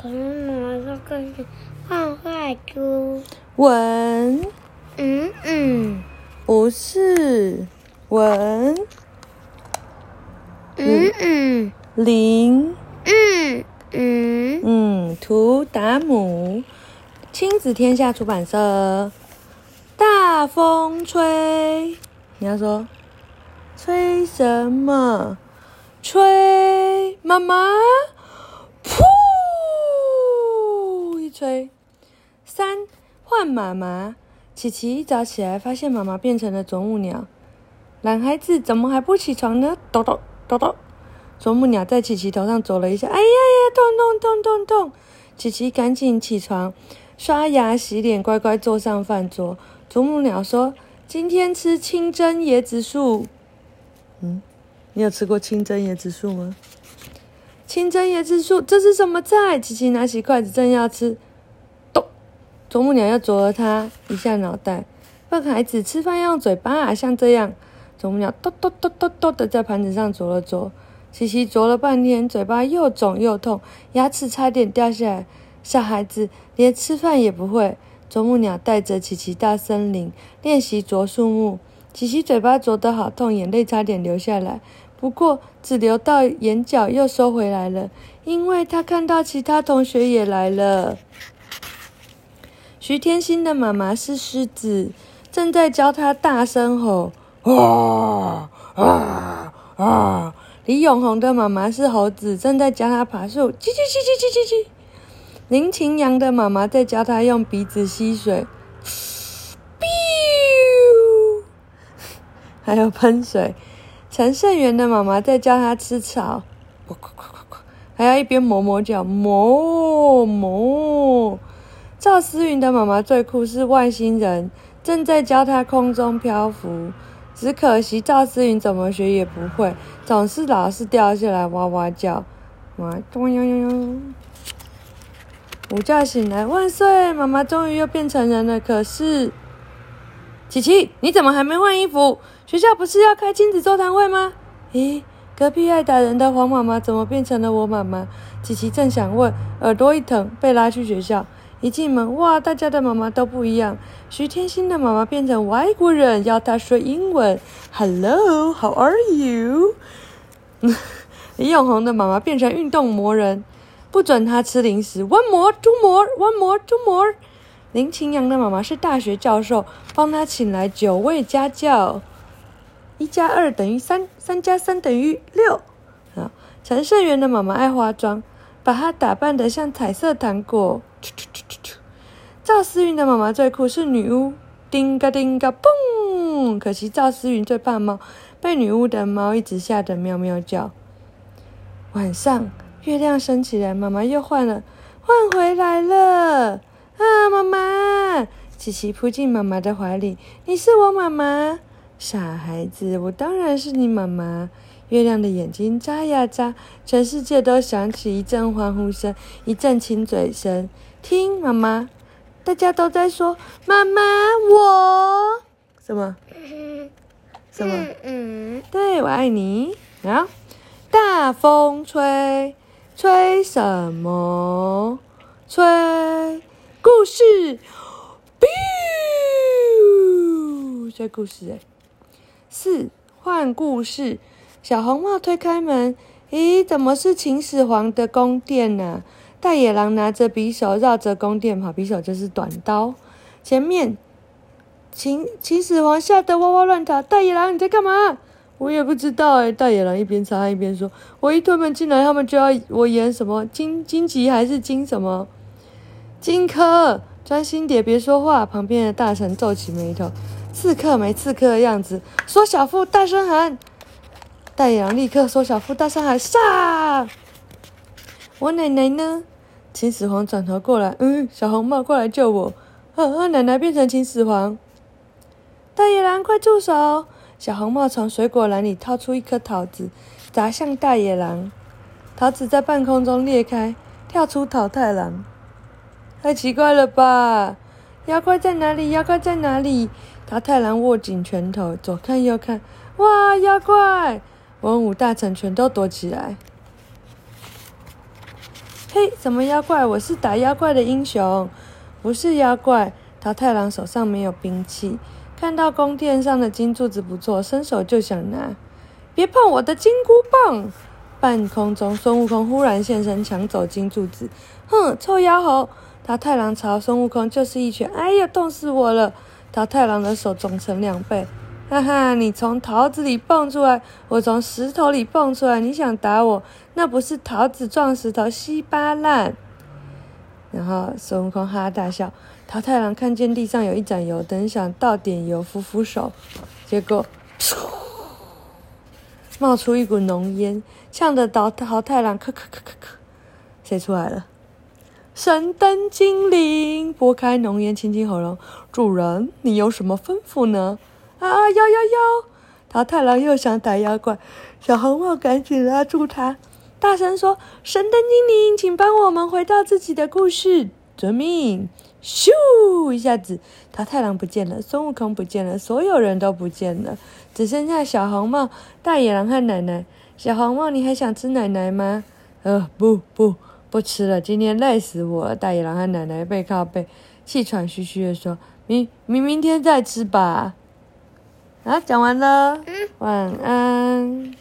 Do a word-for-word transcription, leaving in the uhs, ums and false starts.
可是妈妈说跟着坏坏猪。 文， 嗯嗯， 不是文， 嗯嗯， 林， 嗯嗯， 嗯，图达姆，亲子天下出版社。大风吹，你要说吹什么？吹妈妈，噗一吹。三换妈妈，琪琪一早起来发现妈妈变成了啄木鸟。懒孩子怎么还不起床呢？抖抖抖抖，啄木鸟在琪琪头上啄了一下，哎呀呀，痛痛痛痛痛！琪琪赶紧起床，刷牙洗脸，乖乖坐上饭桌。啄木鸟说：“今天吃清蒸椰子树。”嗯，你有吃过清蒸椰子树吗？清蒸椰子树，这是什么菜？琪琪拿起筷子正要吃，咚！啄木鸟又啄了他一下脑袋。笨孩子，吃饭要用嘴巴啊，像这样。啄木鸟咚咚咚咚咚的在盘子上啄了啄。琪琪啄了半天，嘴巴又肿又痛，牙齿差点掉下来。小孩子连吃饭也不会。啄木鸟带着琪琪到森林练习啄树木，琪琪嘴巴啄得好痛，眼泪差点流下来，不过只流到眼角又收回来了，因为他看到其他同学也来了。徐天心的妈妈是狮子，正在教他大声吼，啊啊啊！李永红的妈妈是猴子，正在教他爬树，叽叽叽叽叽叽叽。林晴阳的妈妈在教他用鼻子吸水，还有喷水。陈胜元的妈妈在教他吃草，还要一边磨磨脚，磨磨。赵思云的妈妈最酷，是外星人，正在教他空中漂浮。只可惜赵思云怎么学也不会，总是老是掉下来哇哇叫。哇咚呦呦呦！午觉醒来，万岁！妈妈终于又变成人了。可是，琪琪，你怎么还没换衣服？学校不是要开亲子座谈会吗？咦，隔壁爱打人的黄妈妈怎么变成了我妈妈？琪琪正想问，耳朵一疼，被拉去学校。一进门，哇，大家的妈妈都不一样。徐天心的妈妈变成外国人，要她说英文。Hello, how are you？ 李永红的妈妈变成运动魔人。不准他吃零食 ，one more, two more, one more, two more。林晴阳的妈妈是大学教授，帮他请来九位家教，一加二等于三，三加三等于六。啊，陈胜元的妈妈爱化妆，把她打扮得像彩色糖果。赵思云的妈妈最酷，是女巫，叮嘎叮嘎嘣。可惜赵思云最怕猫，被女巫的猫一直吓得喵喵叫。晚上。月亮升起来，妈妈又换了，换回来了啊！妈妈，琪琪扑进妈妈的怀里，你是我妈妈，傻孩子，我当然是你妈妈。月亮的眼睛眨呀眨，全世界都响起一阵欢呼声，一阵亲嘴声。听，妈妈，大家都在说妈妈，我什么？什么？ 嗯嗯， 对，我爱你。啊！大风吹。吹什么？吹故事，biu，吹故事哎。四换故事，小红帽推开门，咦，怎么是秦始皇的宫殿呢、啊？大野狼拿着匕首绕着宫殿跑，匕首就是短刀。前面秦秦始皇吓得哇哇乱逃，大野狼你在干嘛？我也不知道哎，大野狼一边擦汗一边说：“我一推门进来，他们就要我演什么荆荆棘还是荆什么荆轲，专心点，别说话。”旁边的大臣皱起眉头，刺客没刺客的样子。缩小腹，大声喊！大野狼立刻缩小腹，大声喊：“杀！”我奶奶呢？秦始皇转头过来，嗯，小红帽过来救我。啊啊！奶奶变成秦始皇。大野狼，快住手！小红帽从水果篮里掏出一颗桃子，砸向大野狼。桃子在半空中裂开，跳出桃太郎。太奇怪了吧？妖怪在哪里？妖怪在哪里？桃太郎握紧拳头，左看右看，哇，妖怪！文武大臣全都躲起来。 嘿，什么妖怪？我是打妖怪的英雄，不是妖怪。桃太郎手上没有兵器，看到宫殿上的金柱子不错，伸手就想拿。别碰我的金箍棒！半空中，孙悟空忽然现身，抢走金柱子。哼，臭妖猴！桃太郎朝孙悟空就是一拳，哎呀，痛死我了！桃太郎的手肿成两倍。哈哈，你从桃子里蹦出来，我从石头里蹦出来，你想打我？那不是桃子撞石头，稀巴烂！然后孙悟空哈哈大笑。桃太郎看见地上有一盏油灯，想倒点油敷敷手，结果冒出一股浓烟，呛得桃桃太郎咳咳咳咳咳。谁出来了？神灯精灵拨开浓烟，清清喉咙。主人，你有什么吩咐呢？啊，要要要！桃太郎又想打妖怪，小红帽赶紧拉住他，大声说：“神灯精灵，请帮我们回到自己的故事。”遵命！咻！一下子，桃太郎不见了，孙悟空不见了，所有人都不见了，只剩下小红帽、大野狼和奶奶。小红帽，你还想吃奶奶吗？呃，不不不吃了，今天累死我了。大野狼和奶奶背靠背，气喘吁吁的说：“明明明天再吃吧。”好，讲完了，晚安。